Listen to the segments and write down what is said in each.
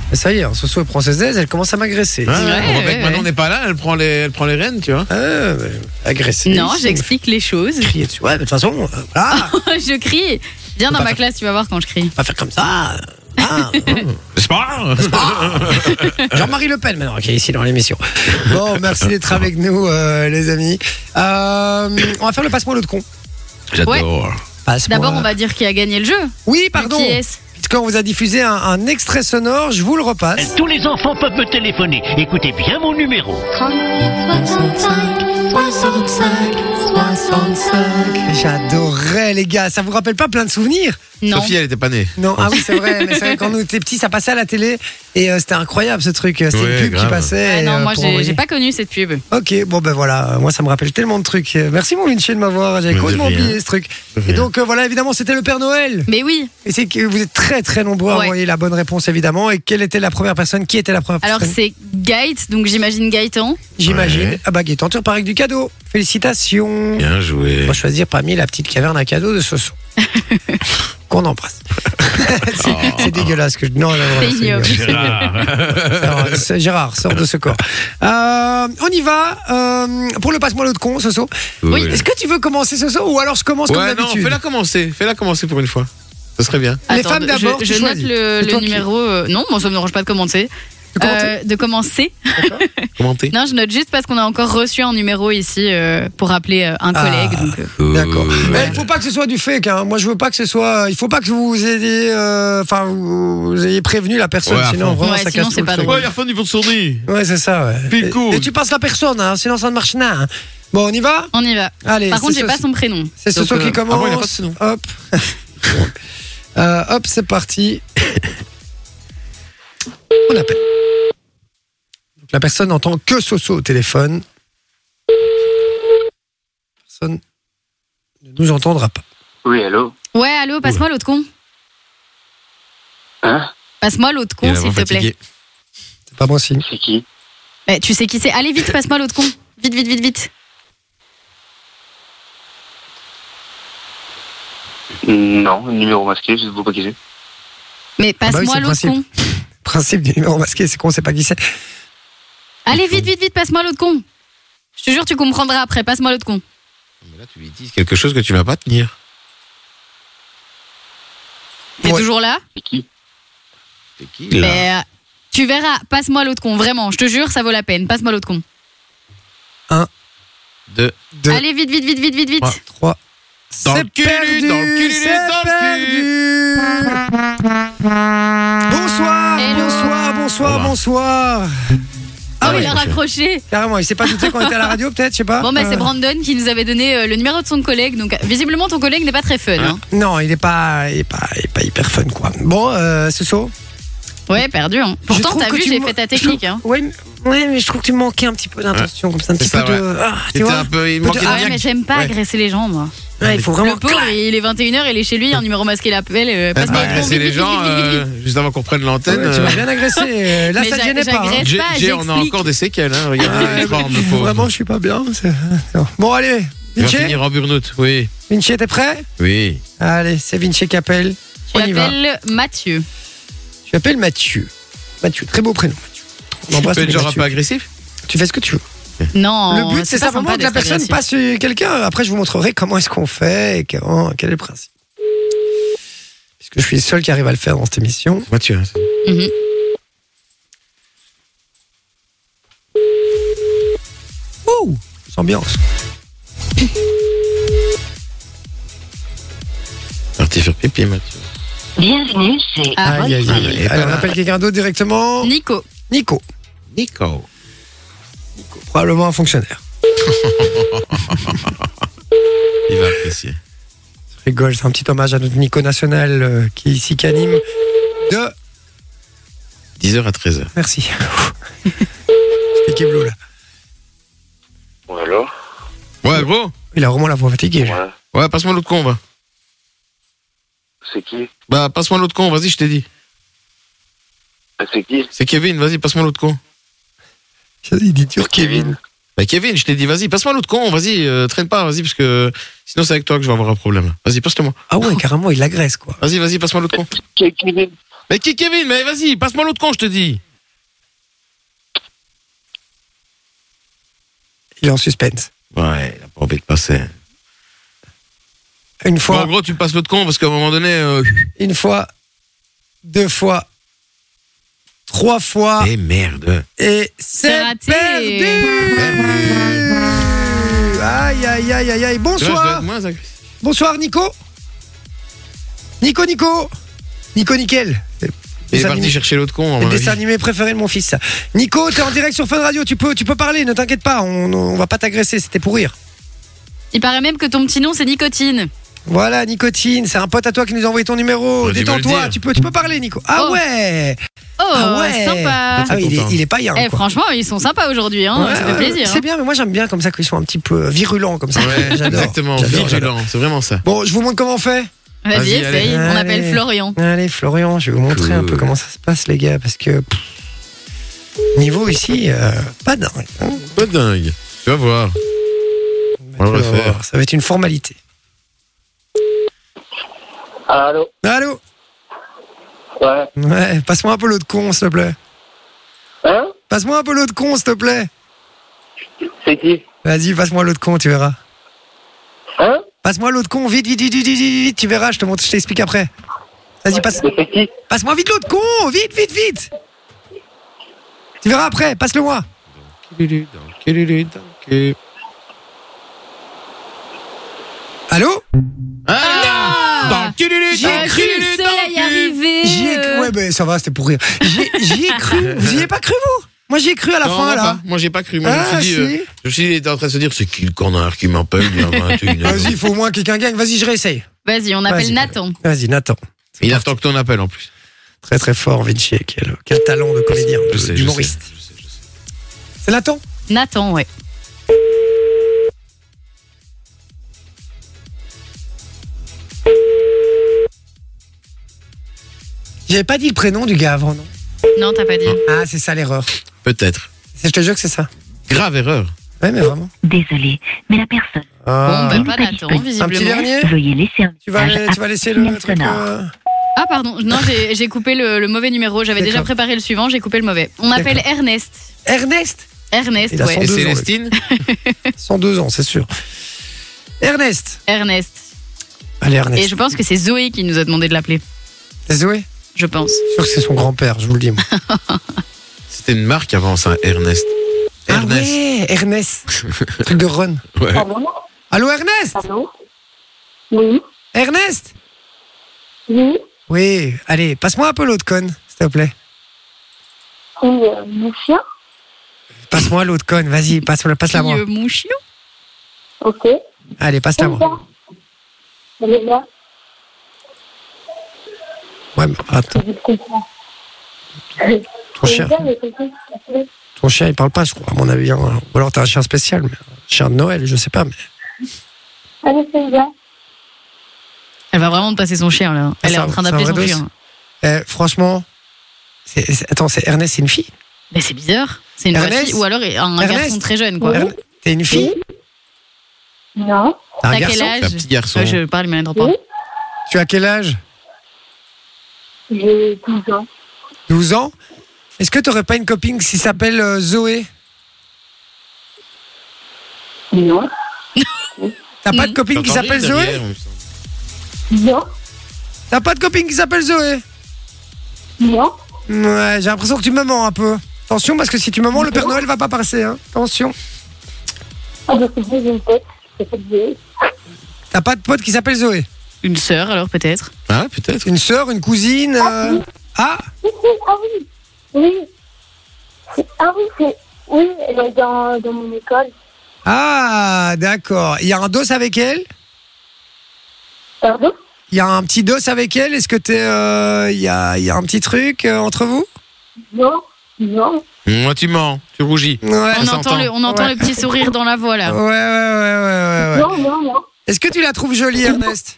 Ça y est, Soso elle prend ses aises, elle commence à m'agresser. Maintenant on n'est pas là, elle prend les rênes, tu vois. Agresser. Non, j'explique les choses. Crier dessus. Ouais, mais de toute façon, voilà. Je crie. Viens dans ma classe, tu vas voir quand je crie. Pas faire comme ça. C'est pas Jean-Marie Le Pen maintenant qui est ici dans l'émission. Bon, merci d'être avec nous les amis. On va faire le passe-moi l'autre con. J'adore. Ouais. D'abord, on va dire qui a gagné le jeu. Oui, pardon. Qui est-ce? Puisqu'on vous a diffusé un extrait sonore, je vous le repasse. Tous les enfants peuvent me téléphoner. Écoutez bien mon numéro. 65. J'adorais les gars. Ça vous rappelle pas plein de souvenirs? Non. Sophie, elle était pas née. Non, ah oui, c'est vrai. Mais c'est vrai, quand nous étions petits, ça passait à la télé et c'était incroyable ce truc. C'était une pub qui passait. Ah non, moi pour j'ai envoyer. pas connu cette pub. Ok, bon ben voilà, moi ça me rappelle tellement de trucs. Merci mon Vinci de m'avoir, j'avais complètement oublié ce truc. Et donc voilà, évidemment, c'était le Père Noël. Mais oui. Et c'est que vous êtes très très nombreux à envoyer la bonne réponse évidemment. Et quelle était la première personne? Qui était la première personne? Alors c'est Gaët, donc j'imagine Gaëtan. J'imagine. Ah bah Gaëtan, tu repars avec du cadeau. Félicitations. Bien joué. On va choisir parmi la petite caverne à cadeaux de Soso. Qu'on embrasse. C'est dégueulasse que je. Non, c'est ignoble. Gérard, sors de ce corps. On y va pour le passe-moi l'autre con, Soso. Oui. Est-ce que tu veux commencer, Soso, ou alors je commence comme d'habitude? Non, fais-la commencer pour une fois. Ça serait bien. Les femmes d'abord. Je note le numéro. Non, moi ça me dérange pas de commencer. De commencer. Commenter. Non, je note juste parce qu'on a encore reçu un numéro ici pour appeler un collègue. Donc, d'accord. Mais il faut pas que ce soit du fake. Hein. Moi, je veux pas que ce soit. Il faut pas que vous ayez, vous ayez prévenu la personne. Sinon, vraiment, ça sinon casse c'est tout pas le drôle. Ouais, il y a fun, ils vont te sourire. Ouais, c'est ça. Ouais. Et tu passes la personne, hein, sinon ça ne marche pas. Hein. Bon, on y va. On y va. Allez. Par contre, j'ai pas son prénom. C'est Soso qui commence. Ah bon, il a pas de prénom. Hop. Hop, c'est parti. On appelle. La personne n'entend que Soso au téléphone. Personne ne nous entendra pas. Oui, allô? Ouais, allô, passe-moi l'autre con. Hein? Passe-moi l'autre con, s'il te plaît. C'est pas bon signe. C'est qui? Tu sais qui c'est? Allez, vite, passe-moi l'autre con. Vite, vite, vite, vite. Non, numéro masqué, je ne sais pas qui c'est. Mais passe-moi oui, l'autre con. Le principe du numéro masqué, c'est qu'on ne sait pas qui c'est. Allez, vite, vite, vite, passe-moi l'autre con. Je te jure, tu comprendras après, passe-moi l'autre con. Mais là, tu lui dis quelque chose que tu vas pas tenir. T'es toujours là? C'est qui? C'est qui, là? Mais, tu verras, passe-moi l'autre con, vraiment, je te jure, ça vaut la peine, passe-moi l'autre con. 1, 2. Allez, vite, vite, vite, vite, vite, vite. 3. Dans C'est le cul, perdu, dans le cul, c'est dans le perdu. Bonsoir, Hello. bonsoir. Ah oui, ouais, il a raccroché. Carrément, il s'est pas douté qu'on était à la radio, peut-être, je sais pas. Bon, bah, c'est Brandon qui nous avait donné le numéro de son collègue. Donc, visiblement, ton collègue n'est pas très fun. Hein. Non, il est pas hyper fun, quoi. Bon, Soso. Ouais, perdu. Hein. Pourtant, t'as vu, j'ai fait ta technique. Hein. Ouais, mais je trouve que tu manquais un petit peu d'intention, comme ça, un petit peu ça, de. Tu vois. Il manquait de Ah ouais, niaque. mais j'aime pas agresser les gens, moi. Ouais, il faut vraiment. Le pauvre, il est 21h, il est chez lui, un numéro masqué l'appelle. Passe-moi l'autre con, C'est vite, les vite, gens, vite, vite, vite. juste avant qu'on prenne l'antenne. Ouais, tu m'as bien agressé. Là, Mais ça te gênait pas. Hein. j'agresse pas, On a j'explique. encore des séquelles. Hein. Regarde les formes, le pauvre. Vraiment, je suis pas bien. Bon, allez, Il va Vinci. finir en burn-out, oui. Vinci, t'es prêt? Oui. Allez, c'est Vinci qui appelle. Je On y va. m'appelle Mathieu. Tu appelles Mathieu. Mathieu, très beau prénom. On Tu embrasse peux être tous les genre un Mathieu. peu agressif? Tu fais ce que tu veux. Non, Le but, c'est pas simplement sympa que la d'être personne agressif. passe sur quelqu'un. Après, je vous montrerai comment est-ce qu'on fait et quel est le principe. Puisque je suis le seul qui arrive à le faire dans cette émission. Mathieu. Mhm. Ouh, ambiance. Parti faire pipi, Mathieu. Bienvenue, c'est Ah, Aïe, aïe, aïe. Allez, on appelle quelqu'un d'autre directement. Nico. Nico. Nico. Probablement un fonctionnaire. Il va apprécier. Je rigole, c'est un petit hommage à notre Nico national qui est ici, qui anime de... 10h à 13h. Merci. C'est Keblo, là. Bon, alors? Ouais, gros. Il a vraiment la voix fatiguée. là. Ouais. Ouais, passe-moi l'autre con, va. C'est qui? Bah, passe-moi l'autre con, vas-y, je t'ai dit. C'est qui? C'est Kevin, vas-y, passe-moi l'autre con. Il dit dur Kevin. Bah, Kevin, je t'ai dit, vas-y, passe-moi l'autre con, vas-y, traîne pas, vas-y, parce que sinon c'est avec toi que je vais avoir un problème. Vas-y, passe-le-moi. Ah ouais, carrément, il l'agresse, quoi. Vas-y, passe-moi l'autre con. Kevin. Mais qui Kevin? Mais vas-y, passe-moi l'autre con, je te dis. Il est en suspense. Ouais, il a pas envie de passer. Une Bon, fois, en gros, tu passes l'autre con parce qu'à un moment donné. une fois, 2 fois, 3 fois. Eh merde. Et c'est raté. perdu. Aïe, aïe, aïe, aïe, aïe. Tu vois, je dois Bonsoir. être moins agressif. Bonsoir, Nico. Nico. Nico Nickel. Il est Dessin parti animé- chercher l'autre con, à le mon dessin avis. animé préféré de mon fils. Nico, t'es en direct sur Fun Radio. Tu peux parler, ne t'inquiète pas. On va pas t'agresser, c'était pour rire. Il paraît même que ton petit nom, c'est Nicotine. Voilà, Nicotine, c'est un pote à toi qui nous a envoyé ton numéro. J'aurais dû me le Détends-toi, dire. tu peux parler, Nico. Ah Oh. ouais. Oh, Ah ouais. sympa. Ah oui, content. il est païen. Eh, quoi. franchement, ils sont sympas aujourd'hui, hein. Ouais, Ça fait ouais, plaisir. C'est hein. bien, mais moi j'aime bien comme ça qu'ils sont un petit peu virulents comme ça. Ouais, J'adore. exactement. J'adore. Virulent, c'est vraiment ça. Bon, je vous montre comment on fait. Vas-y, Vas-y, essaye. allez. On appelle Allez. Florian. Allez, Florian, je vais vous montrer un peu comment ça se passe, les gars, parce que niveau ici, pas dingue. Hein. Pas dingue. Tu vas voir. On va le Tu vas refaire. voir, ça va être une formalité. Allô? Allô. Ouais. Ouais, passe-moi un peu l'autre con, s'il te plaît. Hein? Passe-moi un peu l'autre con, s'il te plaît. C'est qui? Vas-y, passe-moi l'autre con, tu verras. Hein? Passe-moi l'autre con, vite, tu verras, je te montre, je t'explique après. Vas-y, Mais c'est qui? passe-moi vite l'autre con, vite. Tu verras après, passe-le-moi. Allô? Ah, J'y ai cru, Le soleil arrivé. J'y ai cru, ouais, ben ça va, c'était pour rire. J'y ai cru, vous y avez pas cru, vous? Moi, j'y ai cru à la fin, là. Moi, j'ai pas cru. Moi, Ah, je me suis dit, si. il était en train de se dire, c'est qui le connard qui m'appelle il y a 21h? Vas-y, il faut au moins que quelqu'un gagne. Vas-y, je réessaye. Vas-y, on appelle Vas-y. Nathan. Vas-y, Nathan. Il attend que ton appel en plus. Très très fort, Vinci. Quel talent de comédien, Je sais, d'humoriste. C'est Nathan? Nathan, ouais. J'avais pas dit le prénom du gars avant, non? Non, t'as pas dit. Ah, c'est ça l'erreur. Peut-être. Je te jure que c'est ça. Grave erreur. Ouais, mais vraiment. Désolé, mais la personne. Bon, Ah. bah, pas pas Nathan, disponible. Un petit visiblement. dernier? Veuillez laisser un Tu vas, message tu vas laisser après le signal truc. sonore. Ah, pardon. Non, j'ai coupé le mauvais numéro. J'avais déjà D'accord. préparé le suivant, j'ai coupé le mauvais. On appelle D'accord. Ernest. Ernest? Ernest, Il a ouais. son- Et 102 ans, le Célestine? 102 ans, c'est sûr. Ernest. Ernest. Allez, Et Ernest. je pense que c'est Zoé qui nous a demandé de l'appeler. C'est Zoé? Je pense. Sûr que c'est son grand-père, je vous le dis. Moi. C'était une marque avant ça, Ernest. Ah Ernest. ouais, Ernest. Truc de run. Ouais. Allô? Allô, Ernest? Allô? Oui? Ernest? Oui? Oui, allez, passe-moi un peu l'autre conne, s'il te plaît. Oui, mon chien? Passe-moi l'autre conne, vas-y, passe-la moi. Mon chien. Ok. Allez, passe-la moi. Elle est là. Ouais, mais attends, Je comprends. ton chien, il parle pas, je crois, à mon avis. Hein. Ou alors t'as un chien spécial, mais un chien de Noël, je sais pas. Mais... Allez, c'est là. Elle va vraiment te passer son chien, là. Elle est ça- en train c'est d'appeler un son vrai chien. Franchement, attends, c'est Ernest, c'est une fille? Mais c'est bizarre. C'est une vraie Ernest fille. Ou alors un Ernest garçon très jeune, quoi. Oui. T'es une fille? Non. T'as un T'as quel garçon? âge C'est un petit garçon. Ouais, je parle, mais elle n'entend pas. Oui. Tu as quel âge? J'ai 12 ans. 12 ans? Est-ce que t'aurais pas une copine qui s'appelle Zoé? Non. T'as pas de copine qui T'entends s'appelle rire Zoé? derrière, il me semble. Non. T'as pas de copine qui s'appelle Zoé? Non. Ouais, j'ai l'impression que tu me mens un peu. Attention, parce que si tu me mens, le Père Noël va pas passer. Hein. Attention. Ah, je sais pas, j'ai une tête. C'est pas de T'as pas de pote qui s'appelle Zoé? Une sœur, alors, peut-être. Ah, peut-être. Une sœur, une cousine Ah, Oui, ah oui. Oui. Ah oui, c'est. Oui, elle est dans mon école. ah, d'accord. Il y a un dos avec elle? Pardon? Il y a un petit dos avec elle? Est-ce que t'es... Il y a un petit truc entre vous? Non. Non. Moi, tu mens. Tu rougis. Ouais. On Ça entend, s'entend. on entend Ouais. le petit sourire dans la voix, là. Ouais. Non, non, non. Est-ce que tu la trouves jolie, Ernest?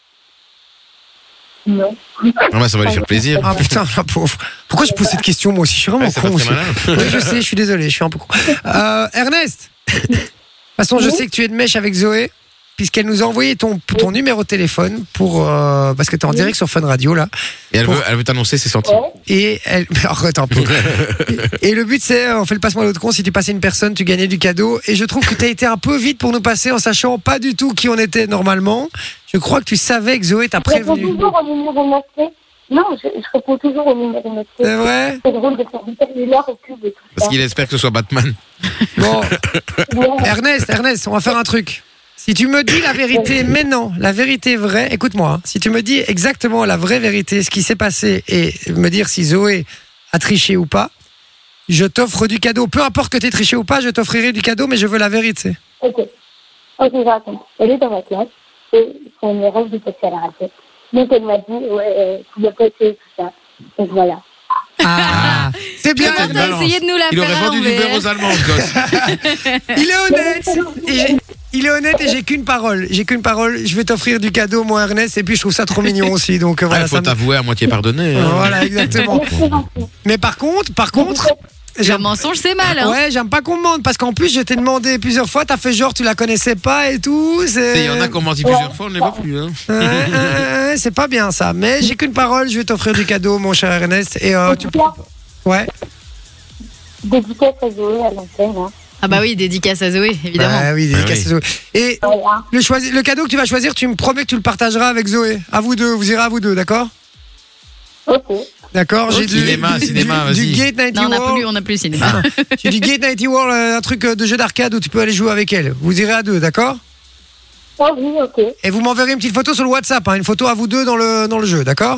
Non. Ah, bah, ça va lui faire plaisir. Ah putain, la pauvre. Pourquoi je pose cette question, moi aussi? Je suis vraiment Ouais, c'est pas con très aussi. malin. Oui, je sais, je suis désolé, je suis un peu con. Ernest, de toute façon, je sais que tu es de mèche avec Zoé. puisqu'elle nous a envoyé ton numéro de téléphone pour parce que t'es en direct sur Fun Radio là. Et elle veut t'annoncer ses sorties. Ouais. Et elle. Arrête un peu. Et le but, c'est, on fait le passement à l'autre con. Si tu passais une personne, tu gagnais du cadeau. Et je trouve que tu as été un peu vite pour nous passer en sachant pas du tout qui on était normalement. Je crois que tu savais que Zoé t'a Je réponds prévenu. toujours au numéro masqué. Non, je réponds toujours au numéro masqué. C'est vrai? C'est drôle de faire du cellulaire au cube et tout ça. Parce qu'il espère que ce soit Batman. Bon, Ouais. Ernest, on va faire un truc. Si tu me dis la vérité maintenant, la vérité vraie, écoute-moi, hein. Si tu me dis exactement la vraie vérité, ce qui s'est passé, et me dire si Zoé a triché ou pas, je t'offre du cadeau. Peu importe que tu aies triché ou pas, je t'offrirai du cadeau, mais je veux la vérité. Ok, j'attends. Elle est dans ma classe et son rêve de passer à la radio. Donc elle m'a dit, ouais, tu dois passer tout ça. Donc voilà. Ah, c'est bien. Comment t'as essayé de nous la Il faire aurait à vendu du beurre l'envers? aux Allemands, ce gosse. Il est honnête. Il est honnête et j'ai qu'une parole. Je vais t'offrir du cadeau, moi, Ernest. Et puis, je trouve ça trop mignon aussi. Donc, voilà. Il faut ça me- t'avouer à moitié pardonné. hein. Voilà, exactement. C'est gentil. Mais par contre, Le j'aime mensonge, c'est mal. Hein. ouais, j'aime pas qu'on me mente parce qu'en plus, je t'ai demandé plusieurs fois. T'as fait genre, tu la connaissais pas et tout. Il y en a qui ont menti plusieurs fois, on ne les voit plus. Hein. C'est pas bien ça. Mais j'ai qu'une parole. Je vais t'offrir du cadeau, mon cher Ernest. Et tu... ouais. Dédicace à Zoé à l'antenne. Hein. Ah bah oui, dédicace à Zoé, évidemment. Ah oui, dédicace Ah à Zoé. Et Voilà. le cadeau que tu vas choisir, tu me promets que tu le partageras avec Zoé. À vous deux, vous irez à vous deux, d'accord? Ok. D'accord, j'ai du Cinéma, du vas-y. Gate 90 Non, World. on n'a plus le cinéma. J'ai du Gate 90 World, un truc de jeu d'arcade où tu peux aller jouer avec elle. Vous irez à deux, d'accord? Ah oui, ok. Et vous m'enverrez une petite photo sur le WhatsApp, hein, une photo à vous deux dans le jeu, d'accord?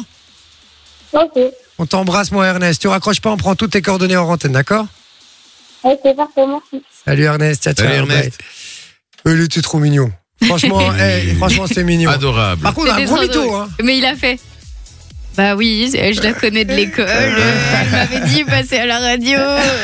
Ok. On t'embrasse, mon Ernest. Tu raccroches pas, on prend toutes tes coordonnées en antenne, d'accord? Ok, parfait, merci. Salut Ernest, ciao, ciao. Salut, Ernest. Il était trop mignon. Franchement, franchement, c'était mignon. Adorable. Par contre, un C'était gros trop mytho, drôle. hein. Mais il a fait. Bah oui, je la connais de l'école. Elle m'avait dit passer à la radio.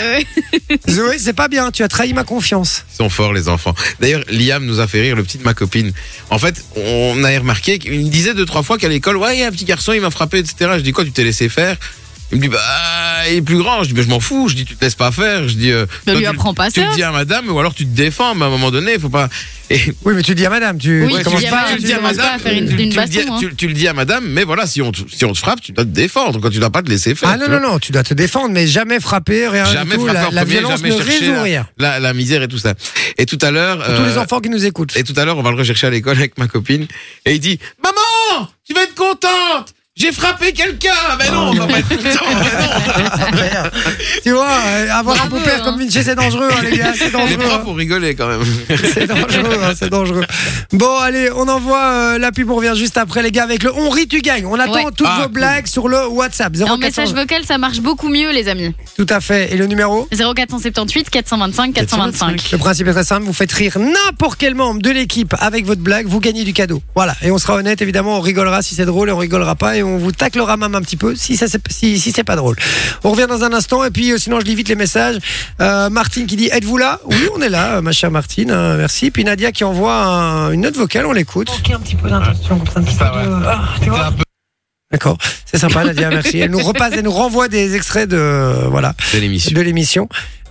Zoé, c'est pas bien, tu as trahi ma confiance. Ils sont forts, les enfants. D'ailleurs, Liam nous a fait rire, le petit de ma copine. En fait, on a remarqué qu'il me disait 2-3 fois qu'à l'école, ouais, il y a un petit garçon, il m'a frappé, etc. Je dis, quoi, tu t'es laissé faire? Il me dit, bah, il est plus grand. Je dis, bah, je m'en fous. Je dis, tu te laisses pas faire. Je dis, Ne toi, lui tu- apprends pas Tu ça. le dis à madame, ou alors tu te défends, mais à un moment donné, il faut pas. Et, Oui, mais tu dis à madame, tu Oui, tu tu commences dis à pas. madame, tu le dis à commences pas madame, à faire une tu le dis- baston, hein. tu le dis à madame, mais voilà, si on te frappe, tu dois te défendre. Quand tu dois pas te laisser faire. Ah non, tu non, vois. non, tu dois te défendre, mais jamais frapper, rien Jamais du tout. frapper en La premier, violence jamais ne chercher résout rien. la misère et tout ça. Et tout à l'heure. Pour tous les enfants qui nous écoutent. Et tout à l'heure, on va le rechercher à l'école avec ma copine. Et il dit, maman, tu vas être contente. J'ai frappé quelqu'un. Mais non, on va pas être content. mais non. Tu vois, avoir un Bravo, beau-père hein. comme Vinci, c'est dangereux, hein, les gars, c'est Les dangereux. profs ont rigolé quand même. C'est dangereux, hein, c'est dangereux. Bon, allez, on envoie la pub, on revient juste après, les gars, avec le On rit, tu gagnes. On attend Ouais. toutes Ah, vos cool. blagues sur le WhatsApp. En 0400. message vocal, ça marche beaucoup mieux, les amis. Tout à fait. Et le numéro 0478 425 425. Le principe est très simple, vous faites rire n'importe quel membre de l'équipe avec votre blague, vous gagnez du cadeau. Voilà, et on sera honnête, évidemment, on rigolera si c'est drôle et on rigolera pas et on vous taclera même un petit peu si c'est pas drôle. On revient dans un instant et puis sinon je lis vite les messages. Martine qui dit, êtes-vous là? Oui, on est là, ma chère Martine, merci. Puis Nadia qui envoie une note vocale, on l'écoute. Un petit peu d'intention, comme ça, un petit peu de... Ah, tu vois. D'accord, c'est sympa Nadia, merci. Elle nous repasse, elle nous renvoie des extraits C'est l'émission. de l'émission.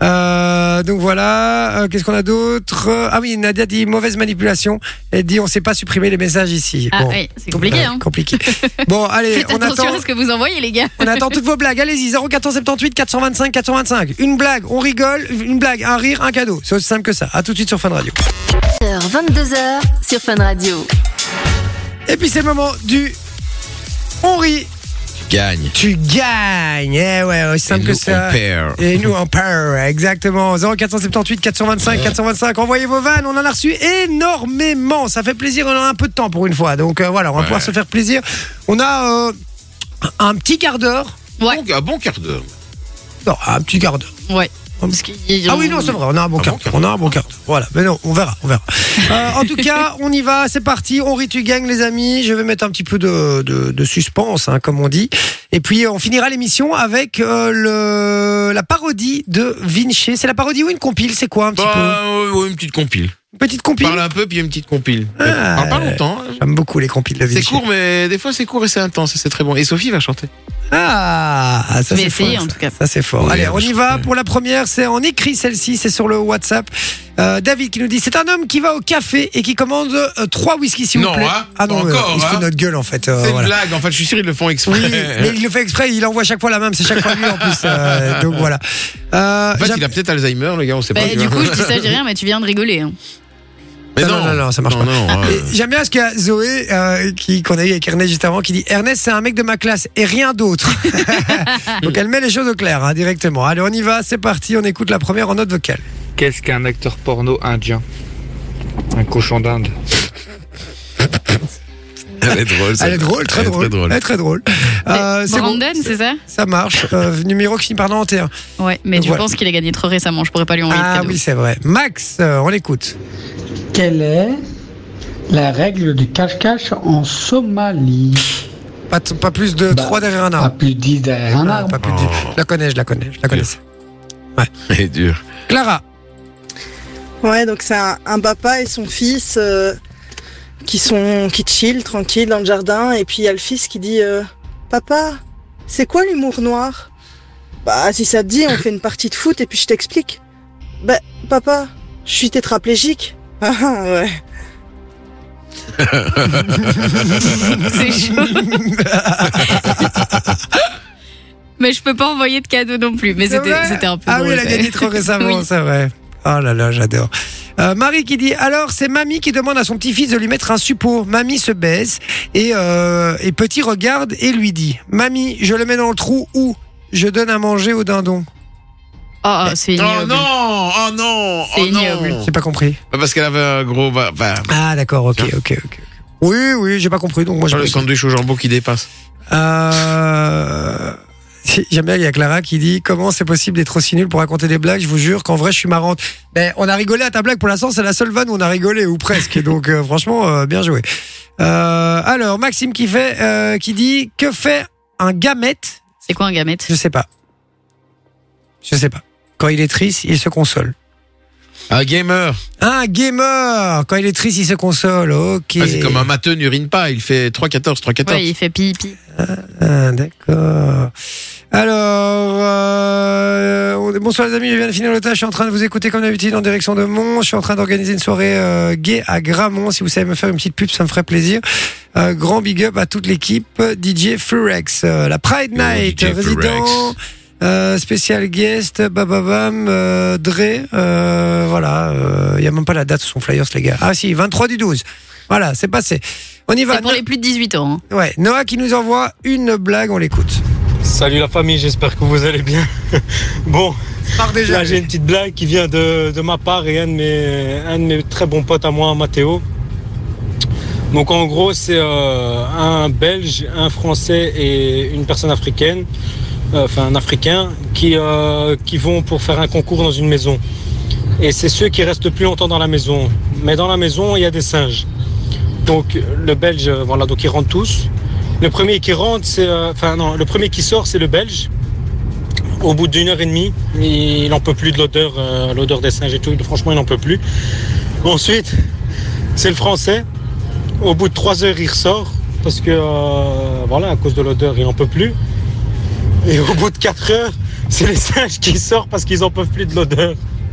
Donc voilà, qu'est-ce qu'on a d'autre? Ah oui, Nadia dit mauvaise manipulation. Elle dit on sait pas supprimer les messages ici. Ah Bon. oui, c'est compliqué, hein. Compliqué. Bon, allez, Faites on attention attend, à ce que vous envoyez, les gars. on attend toutes vos blagues. Allez-y, 0478 425 425. Une blague, on rigole. Une blague, un rire, un cadeau. C'est aussi simple que ça. À tout de suite sur Fun Radio. 22h sur Fun Radio. Et puis c'est le moment du on rit, Gagne. tu gagnes. Eh ouais, aussi simple Et que nous, ça. on perd. Et nous on perd, exactement. 0478 425 425. Envoyez vos vannes, on en a reçu énormément. Ça fait plaisir, on a un peu de temps pour une fois. Donc voilà, on va Ouais. pouvoir se faire plaisir. On a un petit quart d'heure. Ouais, Un bon quart d'heure. Non, un petit quart d'heure. ouais. Parce Ah oui, non, c'est vrai, on a un bon quart d'heure. On a un bon quart d'heure. Voilà, mais non, on verra. En tout cas, on y va, c'est parti. On rit, tu gagnes, les amis. Je vais mettre un petit peu de suspense, hein, comme on dit. Et puis, on finira l'émission avec la parodie de Vinci. C'est la parodie ou une compile? C'est quoi un petit Ouais, une petite compile. peu? Une petite compile? Parle un peu, puis il y a une petite compile. Ah, Parle pas longtemps. hein. J'aime beaucoup les compiles de Vinci. C'est court, mais des fois c'est court et c'est intense et c'est très bon. Et Sophie va chanter. Ah, ça Je vais c'est essayer, fort, en tout cas. Ça c'est fort. Oui, Allez, on je y va crois. pour la première. C'est en écrit celle-ci, c'est sur le WhatsApp. David qui nous dit c'est un homme qui va au café et qui commande 3 whisky s'il vous Non, plaît. hein, Ah non, pas encore, il se fout hein. de notre gueule en fait. C'est une voilà. blague, en fait, je suis sûr ils le font exprès. Oui, mais il le fait exprès, il envoie chaque fois la même, c'est chaque fois lui en plus. Donc voilà. En fait, il a peut-être Alzheimer, le gars, on sait pas. Bah, tu du vois. coup, je dis ça, je dis rien, mais tu viens de rigoler. Hein. Mais non, ça marche pas. Non, Et j'aime bien ce qu'il y a Zoé qu'on a eu avec Ernest juste avant qui dit Ernest c'est un mec de ma classe et rien d'autre. Donc elle met les choses au clair hein, directement. Allez on y va, c'est parti, on écoute la première en note vocale. Qu'est-ce qu'un acteur porno indien? Un cochon d'Inde. Elle est drôle. Elle est drôle, très drôle. Elle est très drôle. C'est bon, Brandon, c'est ça? ça marche. Numéro qui finit par 91. Ouais, mais Donc, je voilà. pense qu'il a gagné trop récemment, je pourrais pas lui envoyer de Ah cadeau. oui c'est vrai. Max, on l'écoute. Quelle est la règle du cache-cache en Somalie? Pas plus de 3 derrière un Pas arbre. plus de 10 derrière un Non, arbre. pas plus de 10. Je la connais. Elle est dure. Clara. Ouais, donc c'est un papa et son fils qui chill tranquille dans le jardin, et puis il y a le fils qui dit Papa, c'est quoi l'humour noir? Bah si ça te dit, on fait une partie de foot et puis je t'explique. Bah papa, je suis tétraplégique. Ah ouais. C'est chaud. Mais je peux pas envoyer de cadeau non plus. Mais C'est vrai c'était un peu Ah drôle. oui, elle a gagné trop récemment, Oui. c'est vrai. Oh là là, j'adore. Marie qui dit alors c'est mamie qui demande à son petit-fils de lui mettre un suppôt. Mamie se baisse et petit regarde et lui dit mamie, je le mets dans le trou ou je donne à manger au dindon. Oh, c'est ignoble. Oh non. C'est ignoble. J'ai pas compris. Parce qu'elle avait un gros. Ah d'accord, ok. Oui, j'ai pas compris donc moi j'ai le pas compris. sandwich au jambon qui dépasse. J'aime bien, il y a Clara qui dit comment c'est possible d'être aussi nul pour raconter des blagues, je vous jure qu'en vrai je suis marrante. Ben, on a rigolé à ta blague pour l'instant, c'est la seule vanne où on a rigolé ou presque, donc franchement bien joué. Alors Maxime qui dit que fait un gamète? C'est quoi un gamète? Je sais pas. Quand il est triste, il se console. Un gamer. Un gamer. Quand il est triste, il se console. Ok. Ah, c'est comme un matheux n'urine pas, il fait 3-14. Ouais, il fait pipi. Ah, d'accord. Alors, bonsoir les amis, je viens de finir le tâche, je suis en train de vous écouter comme d'habitude en direction de Mons, je suis en train d'organiser une soirée gay à Gramont, si vous savez me faire une petite pub, ça me ferait plaisir. Grand big up à toute l'équipe, DJ Furex, la Pride Night, DJ résident, spécial guest, bababam, Dre, voilà, il y a même pas la date sur son flyers les gars. Ah si, 23/12. Voilà, c'est passé. On y va. C'est pour les plus de 18 ans. Hein. Ouais, Noah qui nous envoie une blague, on l'écoute. Salut la famille, j'espère que vous allez bien. Bon, Déjà. là j'ai une petite blague qui vient de ma part et un de mes très bons potes à moi, Mathéo. Donc en gros c'est un Belge, un Français et une personne africaine, enfin un Africain, qui vont pour faire un concours dans une maison. Et c'est ceux qui restent plus longtemps dans la maison. Mais dans la maison, il y a des singes. Donc le Belge, voilà, donc ils rentrent tous. Le premier qui rentre, le premier qui sort, c'est le Belge. Au bout d'1h30, il n'en peut plus de l'odeur des singes et tout. Franchement, il n'en peut plus. Ensuite, c'est le Français. Au bout de 3 heures, il ressort parce que, voilà, à cause de l'odeur, il n'en peut plus. Et au bout de 4 heures, c'est les singes qui sortent parce qu'ils n'en peuvent plus de l'odeur.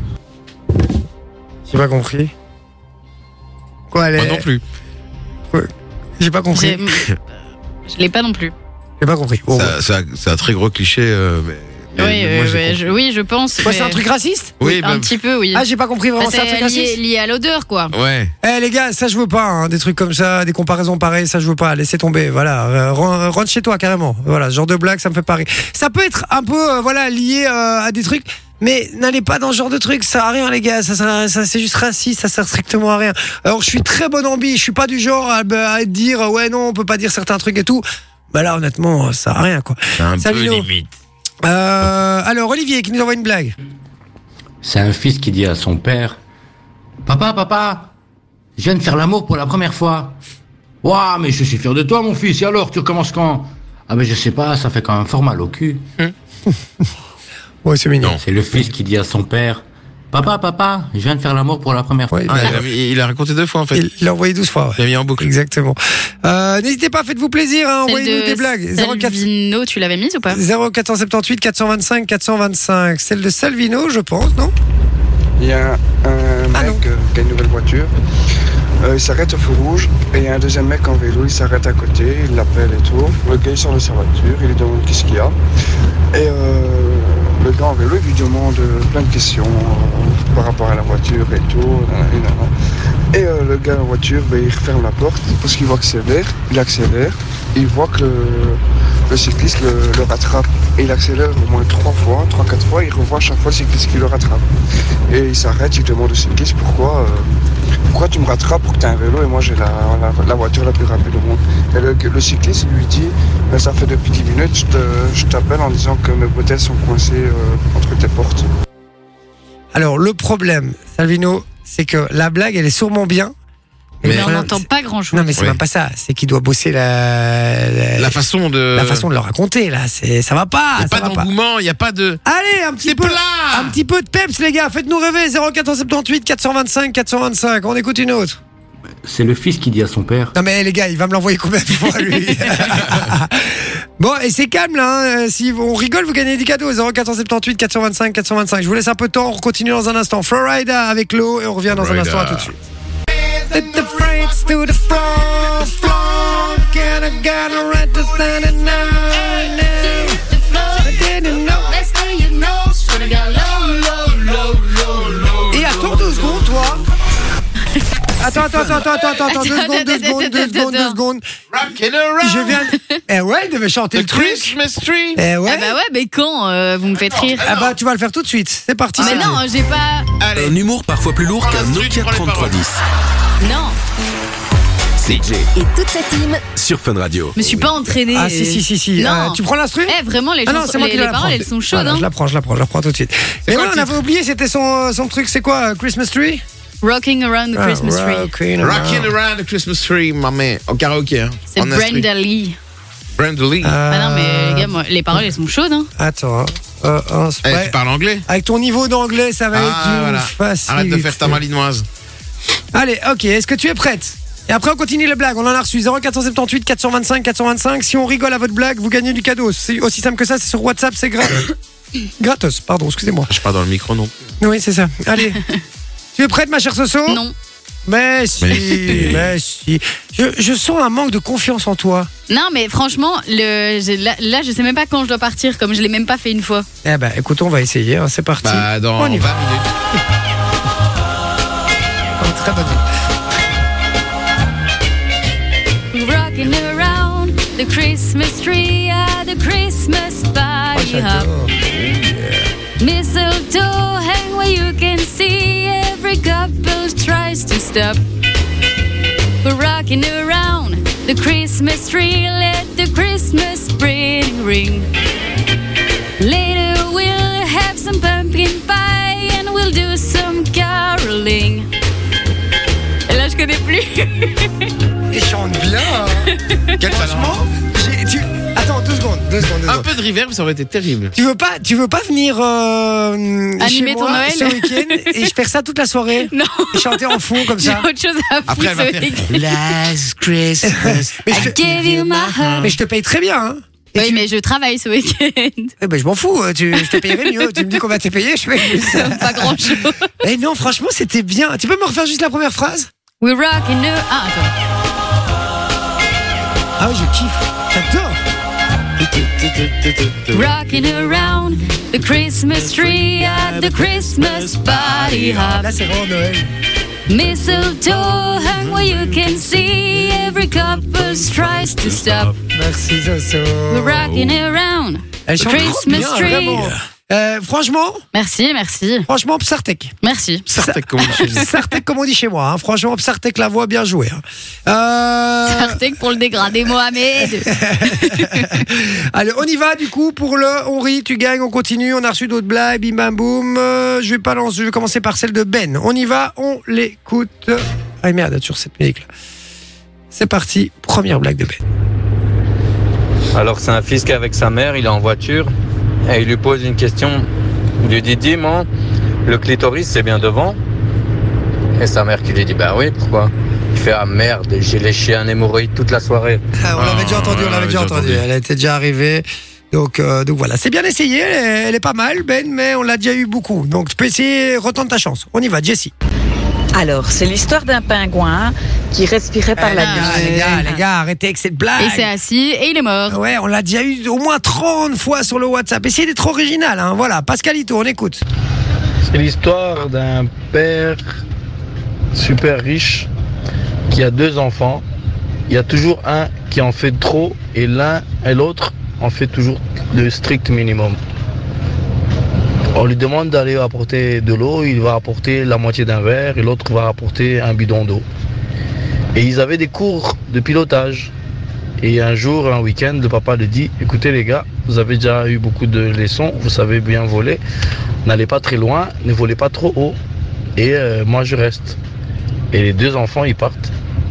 J'ai pas compris. Quoi, Moi non plus. J'ai pas compris. Je l'ai pas non plus. J'ai pas compris. Oh. C'est un très gros cliché. Oui, je pense. Quoi, c'est un truc raciste? Oui, un petit peu, oui. Ah, j'ai pas compris vraiment, c'est un truc raciste? lié à l'odeur, quoi. Ouais. Eh les gars, ça je veux pas, hein, des trucs comme ça, des comparaisons pareilles, ça je veux pas, laissez tomber, voilà, rentre chez toi carrément, voilà, ce genre de blague, ça me fait pas rire. Ça peut être un peu, voilà, lié à des trucs, mais n'allez pas dans ce genre de trucs, ça sert à rien les gars, ça c'est juste raciste, ça sert strictement à rien. Alors je suis très bon ambi, je suis pas du genre à dire, ouais non, on peut pas dire certains trucs et tout, bah là honnêtement, ça sert à rien quoi. C'est un Salut, peu Lino. limite. Alors Olivier qui nous envoie une blague. C'est un fils qui dit à son père: Papa, je viens de faire l'amour pour la première fois. Ouah, mais je suis fier de toi, mon fils. Et alors, tu recommences quand? Ah, mais je sais pas, ça fait quand même fort mal au cul. Ouais, c'est mignon. C'est le fils qui dit à son père: Papa, je viens de faire l'amour pour la première fois. Ouais, Il a raconté 2 fois en fait. il l'a envoyé 12 fois. Ouais. Il a mis en boucle. Exactement. N'hésitez pas, faites-vous plaisir, hein, envoyez-nous des blagues. Salvino, tu l'avais mise ou pas? 0478 425 425. Celle de Salvino, je pense, non? Il y a un mec qui a une nouvelle voiture. Il s'arrête au feu rouge et il y a un deuxième mec en vélo, il s'arrête à côté, il l'appelle et tout. Le gars il sort de sa voiture, il lui demande qu'est-ce qu'il y a. Et le gars en vélo il lui demande plein de questions par rapport à la voiture et tout. Et le gars en voiture, il referme la porte parce qu'il voit que c'est vert, il accélère et il voit que le cycliste le rattrape. Et il accélère au moins 3-4 fois, il revoit à chaque fois le cycliste qui le rattrape. Et il s'arrête, il demande au cycliste pourquoi tu me rattrapes pour que tu aies un vélo et moi j'ai la voiture la plus rapide au monde. Et le cycliste lui dit ça fait depuis 10 minutes, je t'appelle en disant que mes bretelles sont coincées entre tes portes. Alors le problème, Salvino, c'est que la blague elle est sûrement bien. Mais on n'entend pas grand-chose. Non mais c'est même pas ça, c'est qu'il doit bosser la façon de le raconter là, ça va pas. Il n'y a pas d'engouement, il n'y a pas de... Allez, un petit peu de peps les gars, faites-nous rêver. 0478 425 425, on écoute une autre. C'est le fils qui dit à son père. Non mais les gars, il va me l'envoyer combien de fois lui? Bon, et c'est calme là, hein. Si on rigole, vous gagnez des cadeaux. 0478 425 425. Je vous laisse un peu de temps, on continue dans un instant. Florida avec l'eau et on revient dans un instant, à tout de suite. Let the friends to the front, and I got a right to stand it now. Et attends 2 secondes, toi. Attends, 2 secondes. Je viens. Eh ouais, il devait chanter le Christmas tree. Eh ouais. Ah bah ouais, mais quand vous me faites rire. Ah bah tu vas le faire tout de suite. C'est parti. Mais non, j'ai pas. Allez. Un humour parfois plus lourd qu'un Nokia 3310. Non. C'est Jay Et toute sa team sur Fun Radio. Je me suis pas entraînée. Ah si. Non. Tu prends l'instru? Vraiment, les paroles, elles sont chaudes. Voilà, je la prends tout de suite. Et ouais, on avait oublié, c'était son truc, c'est quoi? Christmas tree? Rocking around the Christmas tree. Rocking around the Christmas tree, maman. Au karaoké. Hein. C'est Brenda Lee. Brenda Lee. Ah non, mais les gars, moi, les paroles, elles sont chaudes. Hein. Attends. Tu parles anglais? Avec ton niveau d'anglais, ça va être une facile. Arrête de faire ta malinoise. Allez, ok, est-ce que tu es prête? Et après on continue les blagues, on en a reçu 0478 425 425. Si on rigole à votre blague, vous gagnez du cadeau. C'est aussi simple que ça, c'est sur WhatsApp, c'est gratos, pardon, excusez-moi. Je suis pas dans le micro non. Oui, c'est ça. Allez. Tu es prête ma chère Soso? Non. Mais si. Je sens un manque de confiance en toi. Non mais franchement, là je sais même pas quand je dois partir, comme je l'ai même pas fait une fois. Eh ben écoute, on va essayer, hein, c'est parti. Bah dans 20 minutes. Très bonne Rocking around the Christmas tree at the Christmas party hop. Mistletoe hang where you can see every couple tries to stop. We're rocking around the Christmas tree, let the Christmas spirit ring. Later we'll have some pumpkin pie and we'll do some caroling. Et là je connais plus. Il chante bien. Quel talent. Attends, 2 secondes. Un peu de reverb, ça aurait été terrible. Tu veux pas venir animer chez moi ton Noël ce week-end et je faire ça toute la soirée? Non. Et chanter en fond comme ça. J'ai autre chose à foutre ce week-end. Last Christmas. I gave you my heart. Mais je te paye très bien, hein. Oui, mais je travaille ce week-end. Eh ben, je m'en fous, je te payerai mieux. Tu me dis qu'on va te payer, je paye plus. Pas grand-chose. Eh non, franchement, c'était bien. Tu peux me refaire juste la première phrase? We rock in the... Ah, attends. Ah oui, je kiffe. J'adore. Rocking around the Christmas tree at the Christmas party hop. Là, c'est vraiment Noël. Mistletoe hung where you can see every couple tries to stop. Merci, Soso. We're rocking around the Christmas bien, tree. Vraiment. Franchement. Merci. Franchement, Psartek. Merci. Psartek, comme on dit chez nous. Psartek, comme on dit chez moi. Hein. Franchement, Psartek, la voix bien jouée. Hein. Psartek pour le dégradé, Mohamed. Allez, on y va du coup pour le on rit, tu gagnes, on continue. On a reçu d'autres blagues, bim bam boum. Je vais commencer par celle de Ben. On y va, on l'écoute. Ah merde, sur cette musique là. C'est parti, première blague de Ben. Alors c'est un fils qui est avec sa mère, il est en voiture et il lui pose une question. Il lui dit dis-moi, le clitoris c'est bien devant. Et sa mère qui lui dit bah oui, pourquoi? Il fait ah merde, j'ai léché un hémorroïde toute la soirée. On l'avait déjà entendu, Elle était déjà arrivée. Donc voilà, c'est bien essayé, elle est pas mal, Ben, mais on l'a déjà eu beaucoup. Donc tu peux essayer, retente ta chance. On y va, Jessie. Alors, c'est l'histoire d'un pingouin qui respirait par la nuit. Les gars, arrêtez avec cette blague. Et c'est assis et il est mort. Ouais, on l'a déjà eu au moins 30 fois sur le WhatsApp. Essayez d'être original, hein. Voilà, Pascalito, on écoute. C'est l'histoire d'un père super riche qui a 2 enfants. Il y a toujours un qui en fait trop et l'autre en fait toujours le strict minimum. On lui demande d'aller apporter de l'eau, il va apporter la moitié d'un verre et l'autre va apporter un bidon d'eau. Et ils avaient des cours de pilotage. Et un jour, un week-end, le papa lui dit, écoutez les gars, vous avez déjà eu beaucoup de leçons, vous savez bien voler, n'allez pas très loin, ne volez pas trop haut. Et moi je reste. Et les 2 enfants, ils partent,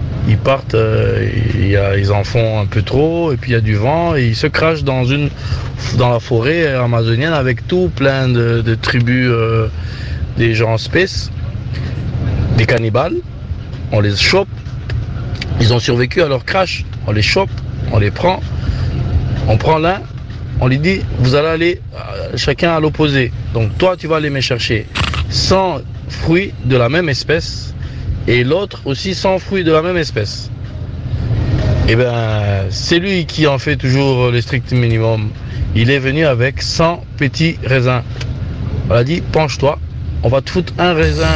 ils en font un peu trop, et puis il y a du vent, et ils se crachent dans la forêt amazonienne avec tout plein de tribus, des gens space, des cannibales. On les chope, ils ont survécu à leur crash, on les chope, on les prend, on prend l'un, on lui dit vous allez aller chacun à l'opposé. Donc toi tu vas aller me chercher 100 fruits de la même espèce, et l'autre aussi 100 fruits de la même espèce. Et ben c'est lui qui en fait toujours le strict minimum. Il est venu avec 100 petits raisins. On a dit penche-toi, on va te foutre un raisin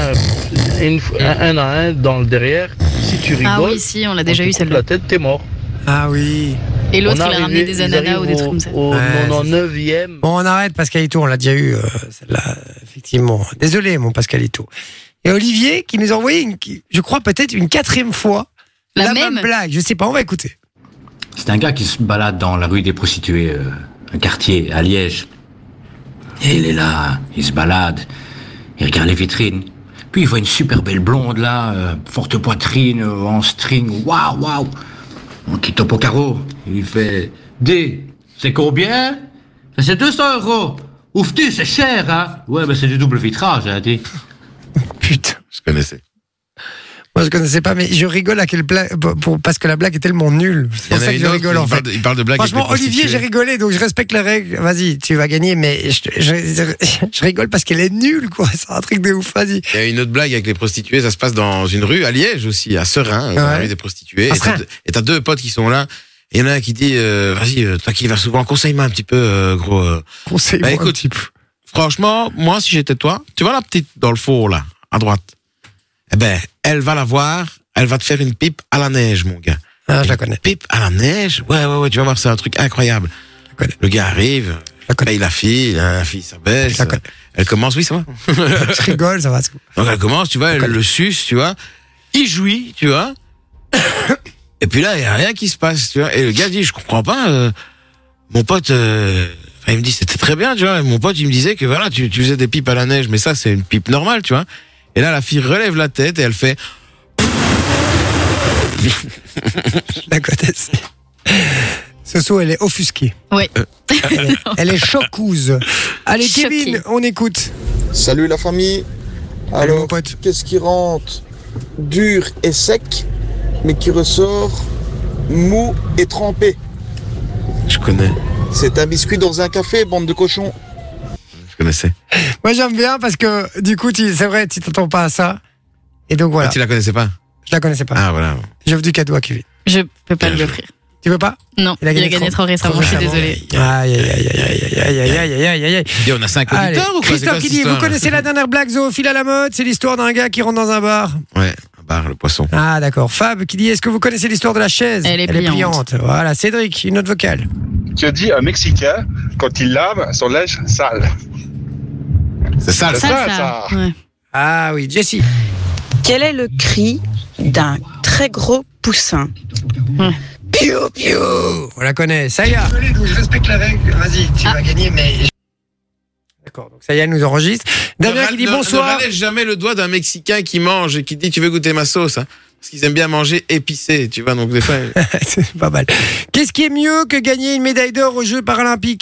un à un dans le derrière. Si tu rigoles, ah oui, si, on l'a déjà eu celle-là. La tête, t'es mort. Ah oui. Et l'autre, il a ramené des ananas ou des trucs comme ça. Au 99e. Bon, on arrête, Pascalito, on l'a déjà eu, celle-là, effectivement. Désolé, mon Pascalito. Et Olivier, qui nous a envoyé, je crois, peut-être une 4e fois, la même blague. Je sais pas, on va écouter. C'est un gars qui se balade dans la rue des prostituées, un quartier, à Liège. Et il est là, il se balade, il regarde les vitrines. Puis il voit une super belle blonde là, forte poitrine, en string, waouh, qui tope au carreau. Il fait D, c'est combien? C'est 200 €. Ouf-tu, c'est cher, hein? Ouais, mais c'est du double vitrage, hein, dit. Putain. Je connaissais. Moi, je connaissais pas, mais je rigole à quelle blague, parce que la blague est tellement nulle. C'est pour ça que je rigole, en fait. Il parle de blagues. Franchement, Olivier, j'ai rigolé, donc je respecte les règles. Vas-y, tu vas gagner, mais je rigole parce qu'elle est nulle, quoi. C'est un truc de ouf, vas-y. Il y a une autre blague avec les prostituées, ça se passe dans une rue à Liège aussi, à Serein, dans la rue des prostituées. Et t'as 2 potes qui sont là. Et il y en a un qui dit, vas-y, toi qui y vas souvent, conseille-moi un petit peu, gros. Conseille-moi écoute, un petit peu. Franchement, moi, si j'étais toi, tu vois la petite dans le four, là, à droite. Eh ben, elle va la voir, elle va te faire une pipe à la neige, mon gars. Ah, je la connais. Pipe à la neige? Ouais, tu vas voir, c'est un truc incroyable. Le gars arrive, paye la fille s'abaisse. Elle commence, oui, ça va. Je rigole, ça va. Donc elle commence, tu vois, elle le suce, tu vois. Il jouit, tu vois. Et puis là, il n'y a rien qui se passe, tu vois. Et le gars dit, je comprends pas, mon pote, il me dit, c'était très bien, tu vois. Mon pote, il me disait que voilà, tu faisais des pipes à la neige, mais ça, c'est une pipe normale, tu vois. Et là, la fille relève la tête et elle fait. La connaisse. Soso, elle est offusquée. Oui. Elle est choquouse. Allez, Choquée. Kevin, on écoute. Salut la famille. Alors, qu'est-ce qui rentre dur et sec, mais qui ressort mou et trempé? Je connais. C'est un biscuit dans un café, bande de cochons. Je connaissais. Moi, j'aime bien parce que, du coup, c'est vrai, tu t'attends pas à ça. Et donc, voilà. Ah, tu la connaissais pas? Je la connaissais pas. Ah, voilà. J'offre du cadeau à Kevin. Je peux pas lui offrir. Tu veux pas? Non, il a gagné trop récemment, je suis désolée. Aïe. Et on a 5 auditeurs ou quoi? Christophe qui dit, vous connaissez la dernière blague zoophile à la mode? C'est l'histoire d'un gars qui rentre dans un bar. Ouais, un bar, le poisson. Ah, d'accord. Fab qui dit, est-ce que vous connaissez l'histoire de la chaise? Elle est pliante. Voilà, Cédric, une autre vocale. Que dit un Mexicain quand il lave son linge sale? C'est sale, ça. Ouais. Ah oui, Jessie. Quel est le cri d'un très gros poussin? Piou, piou. On la connaît. Ça y est. Je respecte la règle. Vas-y, tu vas gagner, mais. D'accord, donc ça y est, elle nous enregistre. Damien qui dit bonsoir. Ne relève jamais le doigt d'un Mexicain qui mange et qui dit tu veux goûter ma sauce, hein? Parce qu'ils aiment bien manger épicé, tu vois, donc des fois. C'est pas mal. Qu'est-ce qui est mieux que gagner une médaille d'or aux Jeux Paralympiques?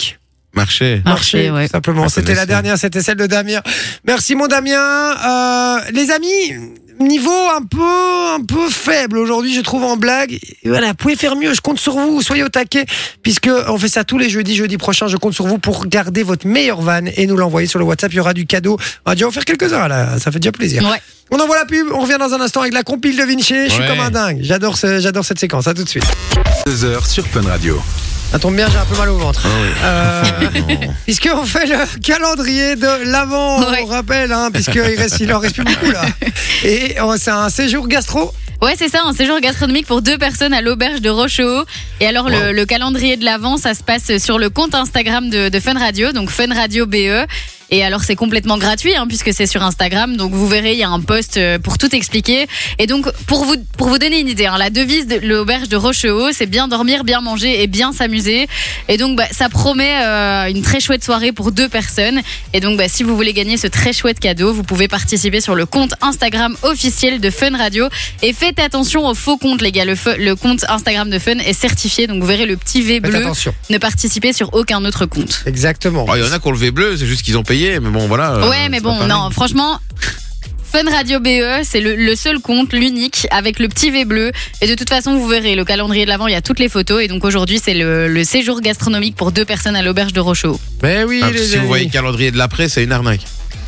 Marché. Marché, ouais. Tout simplement. Ah, C'était la connaissant. dernière, c'était celle de Damien. Merci mon Damien. Les amis, niveau un peu faible aujourd'hui, je trouve, en blague. Et voilà, vous pouvez faire mieux, je compte sur vous, soyez au taquet, puisque on fait ça tous les jeudi prochain, je compte sur vous pour garder votre meilleure vanne et nous l'envoyer sur le WhatsApp, il y aura du cadeau. On va déjà en faire quelques-uns là, ça fait déjà plaisir. Ouais. On envoie la pub, on revient dans un instant avec la compile de Vinci, je suis Ouais. comme un dingue, j'adore cette séquence, à tout de suite. 2h sur Fun Radio. Ça tombe bien, j'ai un peu mal au ventre. Ah Puisqu'on fait le calendrier de l'avant, Ouais. on rappelle, il en reste plus beaucoup là. Et c'est un séjour gastro. Ouais, c'est ça, un séjour gastronomique pour 2 personnes à l'auberge de Rochehaut. Et alors, le calendrier de l'Avent, ça se passe sur le compte Instagram de Fun Radio, donc Fun Radio BE. Et alors, c'est complètement gratuit, puisque c'est sur Instagram. Donc, vous verrez, il y a un post pour tout expliquer. Et donc, pour vous donner une idée, la devise de l'auberge de Rochehaut, c'est bien dormir, bien manger et bien s'amuser. Et donc, ça promet une très chouette soirée pour 2 personnes. Et donc, si vous voulez gagner ce très chouette cadeau, vous pouvez participer sur le compte Instagram officiel de Fun Radio. Et faites attention aux faux comptes, les gars. Le compte Instagram de Fun est certifié. Donc, vous verrez le petit V bleu. Attention. Ne participez sur aucun autre compte. Exactement. Il y en a qui ont le V bleu, c'est juste qu'ils ont payé, mais bon, voilà. Ouais, mais c'est bon, pas pareil. non, franchement. Fun Radio BE, c'est le seul compte, l'unique, avec le petit V bleu. Et de toute façon, vous verrez, le calendrier de l'Avent, il y a toutes les photos. Et donc aujourd'hui, c'est le séjour gastronomique pour 2 personnes à l'auberge de Rochehaut. Mais oui, Ah, les si amis. vous voyez le calendrier de l'après, c'est une arnaque.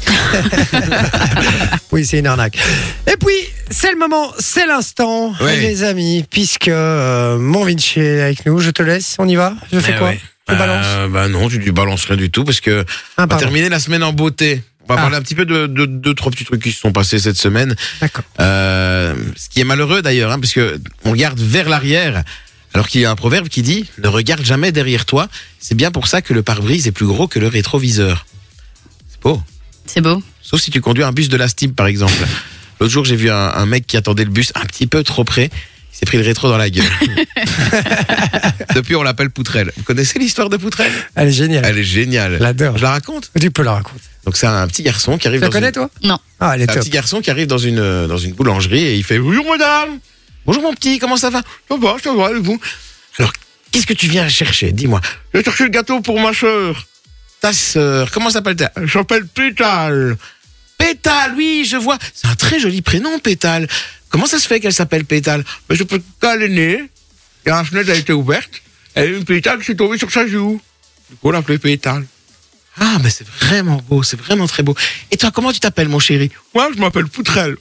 Oui, c'est une arnaque. Et puis, c'est le moment, c'est l'instant, Ouais. les amis, puisque mon Vinci est avec nous. Je te laisse, on y va. Je fais Eh quoi ouais. Je balance. Bah non, tu balances rien du tout parce que on va pardon. terminer la semaine en beauté. On va parler un petit peu de 2-3 petits trucs qui se sont passés cette semaine. D'accord. Ce qui est malheureux d'ailleurs, parce que on regarde vers l'arrière, alors qu'il y a un proverbe qui dit « Ne regarde jamais derrière toi, c'est bien pour ça que le pare-brise est plus gros que le rétroviseur. » C'est beau. C'est beau. Sauf si tu conduis un bus de la Steam, par exemple. L'autre jour, j'ai vu un mec qui attendait le bus un petit peu trop près. Il s'est pris le rétro dans la gueule. Depuis, on l'appelle Poutrelle. Vous connaissez l'histoire de Poutrelle ? Elle est géniale. Elle est géniale. Je l'adore. Je la raconte ? Tu peux la raconter. Donc, c'est un petit garçon qui arrive Tu la dans connais, une... toi Non. Ah, elle est C'est un top. petit garçon qui arrive dans une boulangerie et il fait « Bonjour, madame !»« Bonjour, mon petit, comment ça va ?»« Ça va, et vous ?»« Alors, qu'est-ce que tu viens chercher ? Dis-moi. »« Je vais chercher le gâteau pour ma sœur. »« Ta sœur, comment s'appelle-t-elle ?»« Elle s'appelle Pétale. »« Pétale, oui, je vois. C'est un très joli prénom, Pétale. Comment ça se fait qu'elle s'appelle Pétale ? Mais je peux qu'elle est née. Et la fenêtre a été ouverte. Et une pétale s'est tombée sur sa joue. Du coup, on l'appelait Pétale. Ah, mais c'est vraiment beau, c'est vraiment très beau. Et toi, comment tu t'appelles, mon chéri ? Moi, je m'appelle Poutrelle.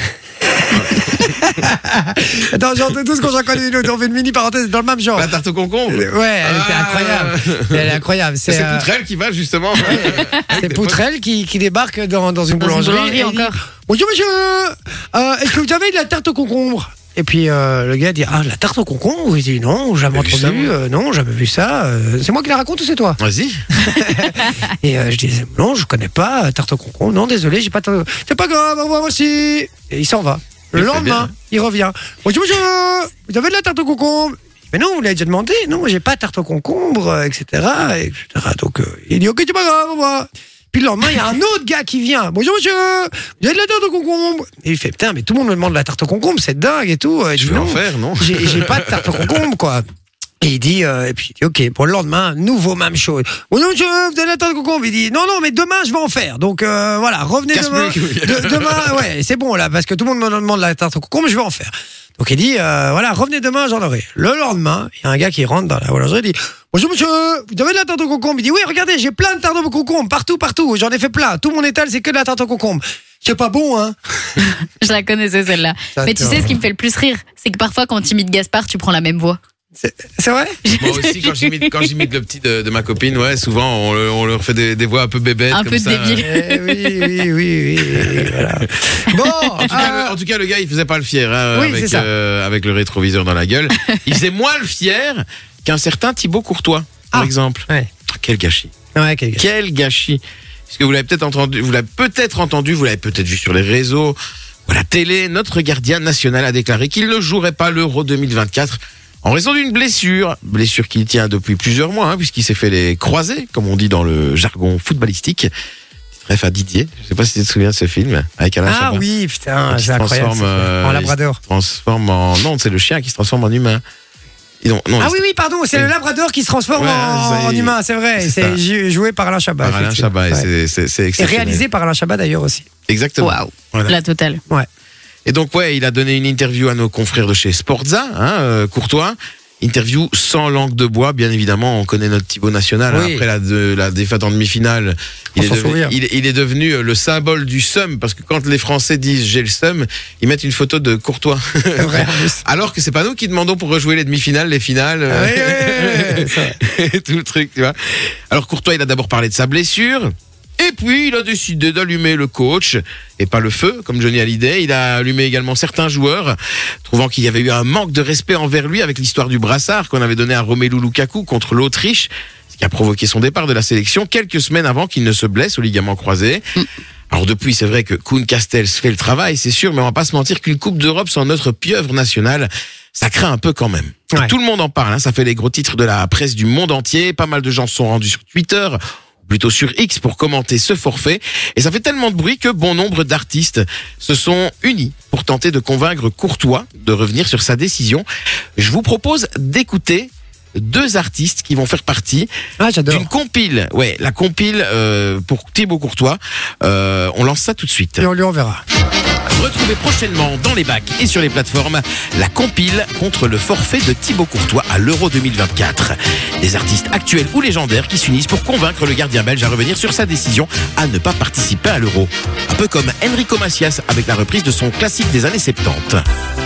Attends, j'entends tout ce qu'on s'en connaît une autre. On fait une mini parenthèse dans le même genre. La tarte au concombre. Ouais, elle était incroyable. Elle est incroyable. C'est Poutrelle qui va justement. C'est Poutrelle qui débarque dans une boulangerie. Et il dit, encore. bonjour monsieur, est-ce que vous avez de la tarte au concombre ? Et puis le gars dit de la tarte au concombre ? Il dit non, jamais J'ai vu entendu, ça, non, jamais vu ça. C'est moi qui la raconte ou c'est toi ? Vas-y. Et je dis non, je connais pas tarte au concombre. Non, désolé, j'ai pas. C'est pas grave, au revoir aussi. Et il s'en va. Le Il fait lendemain, bien. il revient. Bonjour monsieur, vous avez de la tarte au concombre ? Mais non, vous l'avez déjà demandé. Non, j'ai pas de tarte au concombre, etc., etc. Donc il dit ok, c'est pas grave, au revoir. Puis le lendemain, il y a un autre gars qui vient. Bonjour monsieur, vous avez de la tarte au concombre ? Et il fait putain, mais tout le monde me demande de la tarte au concombre, c'est dingue et tout. Et Je dis, vais en non, faire, non ? j'ai pas de tarte au concombre, quoi. Et il dit, et puis il dit, ok, pour le lendemain, nouveau même chose. Bonjour monsieur, vous avez de la tarte au concombre ? Il dit, non, mais demain, je vais en faire. Donc voilà, revenez Casse-moi demain. les couilles. Demain, ouais, c'est bon là, parce que tout le monde me demande la tarte au concombre, je vais en faire. Donc il dit, voilà, revenez demain, j'en aurai. Le lendemain, il y a un gars qui rentre dans la boulangerie, il dit, bonjour monsieur, vous avez de la tarte au concombre ? Il dit, oui, regardez, j'ai plein de tartes au concombre, partout, j'en ai fait plein. Tout mon étal, c'est que de la tarte au concombre. C'est pas bon, hein ? Je la connaissais celle-là. Mais tu sais ce qui me fait le plus rire, c'est que parfois quand tu imites Gaspard, tu prends la même voix. C'est vrai ? Moi aussi, quand j'imite le petit de ma copine, ouais, souvent, on leur fait des voix un peu bébêtes. Un comme peu ça. Oui, voilà. Bon, En tout cas, le gars, il faisait pas le fier Oui, c'est ça. avec le rétroviseur dans la gueule. Il faisait moins le fier qu'un certain Thibaut Courtois, par exemple. Ouais. Quel gâchis. Ouais, quel gâchis. Quel gâchis. Parce que vous l'avez peut-être entendu, vous l'avez peut-être vu sur les réseaux, ou à la télé. Notre gardien national a déclaré qu'il ne jouerait pas l'Euro 2024 en raison d'une blessure qu'il tient depuis plusieurs mois, puisqu'il s'est fait les croisés, comme on dit dans le jargon footballistique. Bref, à Didier, je sais pas si tu te souviens de ce film avec Alain Chabat. Oui, putain, Qui c'est se incroyable. transforme, En labrador. Non, c'est le chien qui se transforme en humain. Non, oui, pardon, c'est le Labrador qui se transforme en humain, c'est vrai. C'est joué par Alain Chabat. Par Alain Chabat, c'est exceptionnel. Et réalisé par Alain Chabat d'ailleurs aussi. Exactement. Waouh, la totale. Ouais. Et donc, il a donné une interview à nos confrères de chez Sportza, Courtois. Interview sans langue de bois, bien évidemment. On connaît notre Thibaut National. Oui. Après la défaite en demi-finale, il est devenu le symbole du seum, parce que quand les Français disent j'ai le seum, ils mettent une photo de Courtois. Vrai, alors que c'est pas nous qui demandons pour rejouer les demi-finales, les finales, tout le truc, tu vois. Alors Courtois, il a d'abord parlé de sa blessure. Et puis, il a décidé d'allumer le coach, et pas le feu, comme Johnny Hallyday. Il a allumé également certains joueurs, trouvant qu'il y avait eu un manque de respect envers lui avec l'histoire du brassard qu'on avait donné à Romelu Lukaku contre l'Autriche, ce qui a provoqué son départ de la sélection quelques semaines avant qu'il ne se blesse au ligament croisé. Alors depuis, c'est vrai que Koen Castells fait le travail, c'est sûr, mais on va pas se mentir qu'une Coupe d'Europe sans notre pieuvre nationale, ça craint un peu quand même. Ouais. Tout le monde en parle, ça fait les gros titres de la presse du monde entier. Pas mal de gens se sont rendus sur Twitter, plutôt sur X, pour commenter ce forfait. Et ça fait tellement de bruit que bon nombre d'artistes se sont unis pour tenter de convaincre Courtois de revenir sur sa décision. Je vous propose d'écouter 2 artistes qui vont faire partie d'une compile. Ouais, la compile pour Thibaut Courtois. On lance ça tout de suite. Et on lui enverra. Retrouvez prochainement dans les bacs et sur les plateformes la compile contre le forfait de Thibaut Courtois à l'Euro 2024. Des artistes actuels ou légendaires qui s'unissent pour convaincre le gardien belge à revenir sur sa décision à ne pas participer à l'Euro. Un peu comme Enrico Macias avec la reprise de son classique des années 70.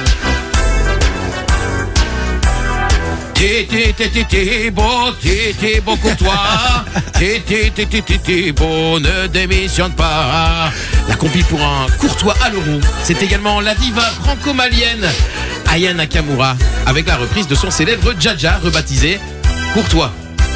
Thibaut Courtois, Thibaut, ne démissionne pas. La compile pour un Courtois à l'Euro. C'est également la diva franco-malienne Aya Nakamura avec la reprise de son célèbre Jaja rebaptisé Courtois.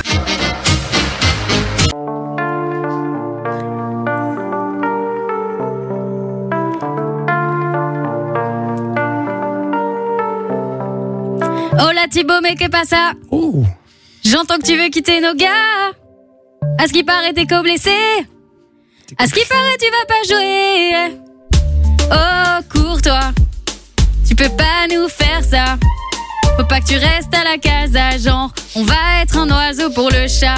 Hola Thibaut, mais qu'est pas ça? J'entends que tu veux quitter nos gars. À ce qui paraît, t'es co-blessé. À ce qui paraît, tu vas pas jouer. Oh, Courtois, tu peux pas nous faire ça. Faut pas que tu restes à la casa, genre, on va être un oiseau pour le chat.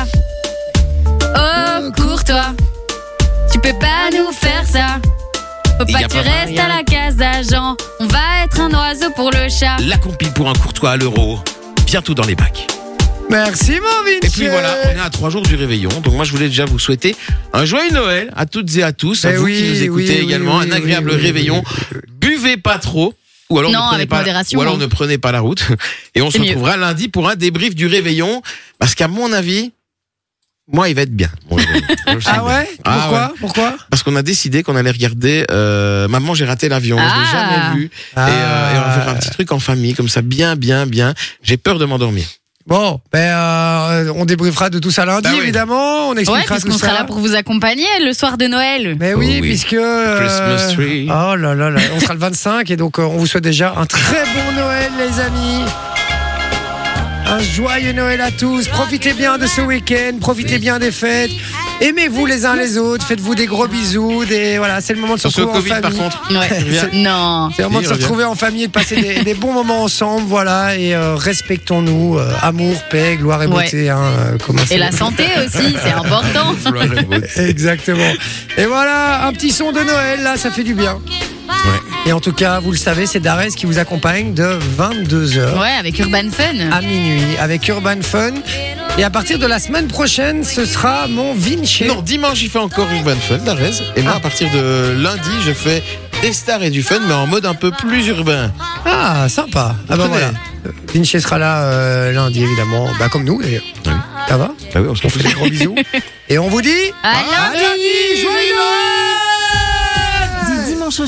Oh, Courtois, tu peux pas nous faire ça. Faut pas que tu restes à la casa, genre, on va être un oiseau pour le chat. La compile pour un Courtois à l'Euro, bientôt dans les bacs. Merci mon Vinci. Et puis voilà, on est à 3 jours du réveillon. Donc moi je voulais déjà vous souhaiter un joyeux Noël à toutes et à tous, à vous qui nous écoutez également, un agréable réveillon. Buvez pas trop. Ou alors, ne prenez pas la route. Et on se retrouvera lundi pour un débrief du réveillon. Parce qu'à mon avis, moi, il va être bien. Ah ouais? Pourquoi? Parce qu'on a décidé qu'on allait regarder Maman, j'ai raté l'avion. Je l'ai jamais vu. Et on va faire un petit truc en famille, comme ça, bien. J'ai peur de m'endormir. Bon, on débriefera de tout ça lundi, évidemment. On expliquera tout ça. On sera là pour vous accompagner le soir de Noël. Mais oui, puisque Christmas tree. Oh là là, on sera le 25 et donc on vous souhaite déjà un très bon Noël, les amis. Un joyeux Noël à tous. Profitez bien de ce week-end, profitez bien des fêtes. Aimez-vous les uns les autres, faites-vous des gros bisous, voilà, c'est le moment de se retrouver en famille. Par contre. Non. C'est le moment de se retrouver en famille et de passer des bons moments ensemble, voilà, et respectons-nous, amour, paix, gloire et beauté. Et la santé aussi, c'est important. Exactement. Et voilà, un petit son de Noël, là, ça fait du bien. Ouais. Et en tout cas, vous le savez, c'est Darès qui vous accompagne de 22h. Ouais, avec Urban Fun. À minuit, avec Urban Fun. Et à partir de la semaine prochaine, ce sera mon Vinci. Non, dimanche, il fait encore Urban Fun, Darès. Et moi, à partir de lundi, je fais des stars et du fun, mais en mode un peu plus urbain. Ah, sympa. Ah bah voilà. Vinci sera là lundi, évidemment. Bah, comme nous, d'ailleurs. Oui. Ça va? Bah oui, on se fait des gros bisous. Et on vous dit... À lundi. Joyeux Noël!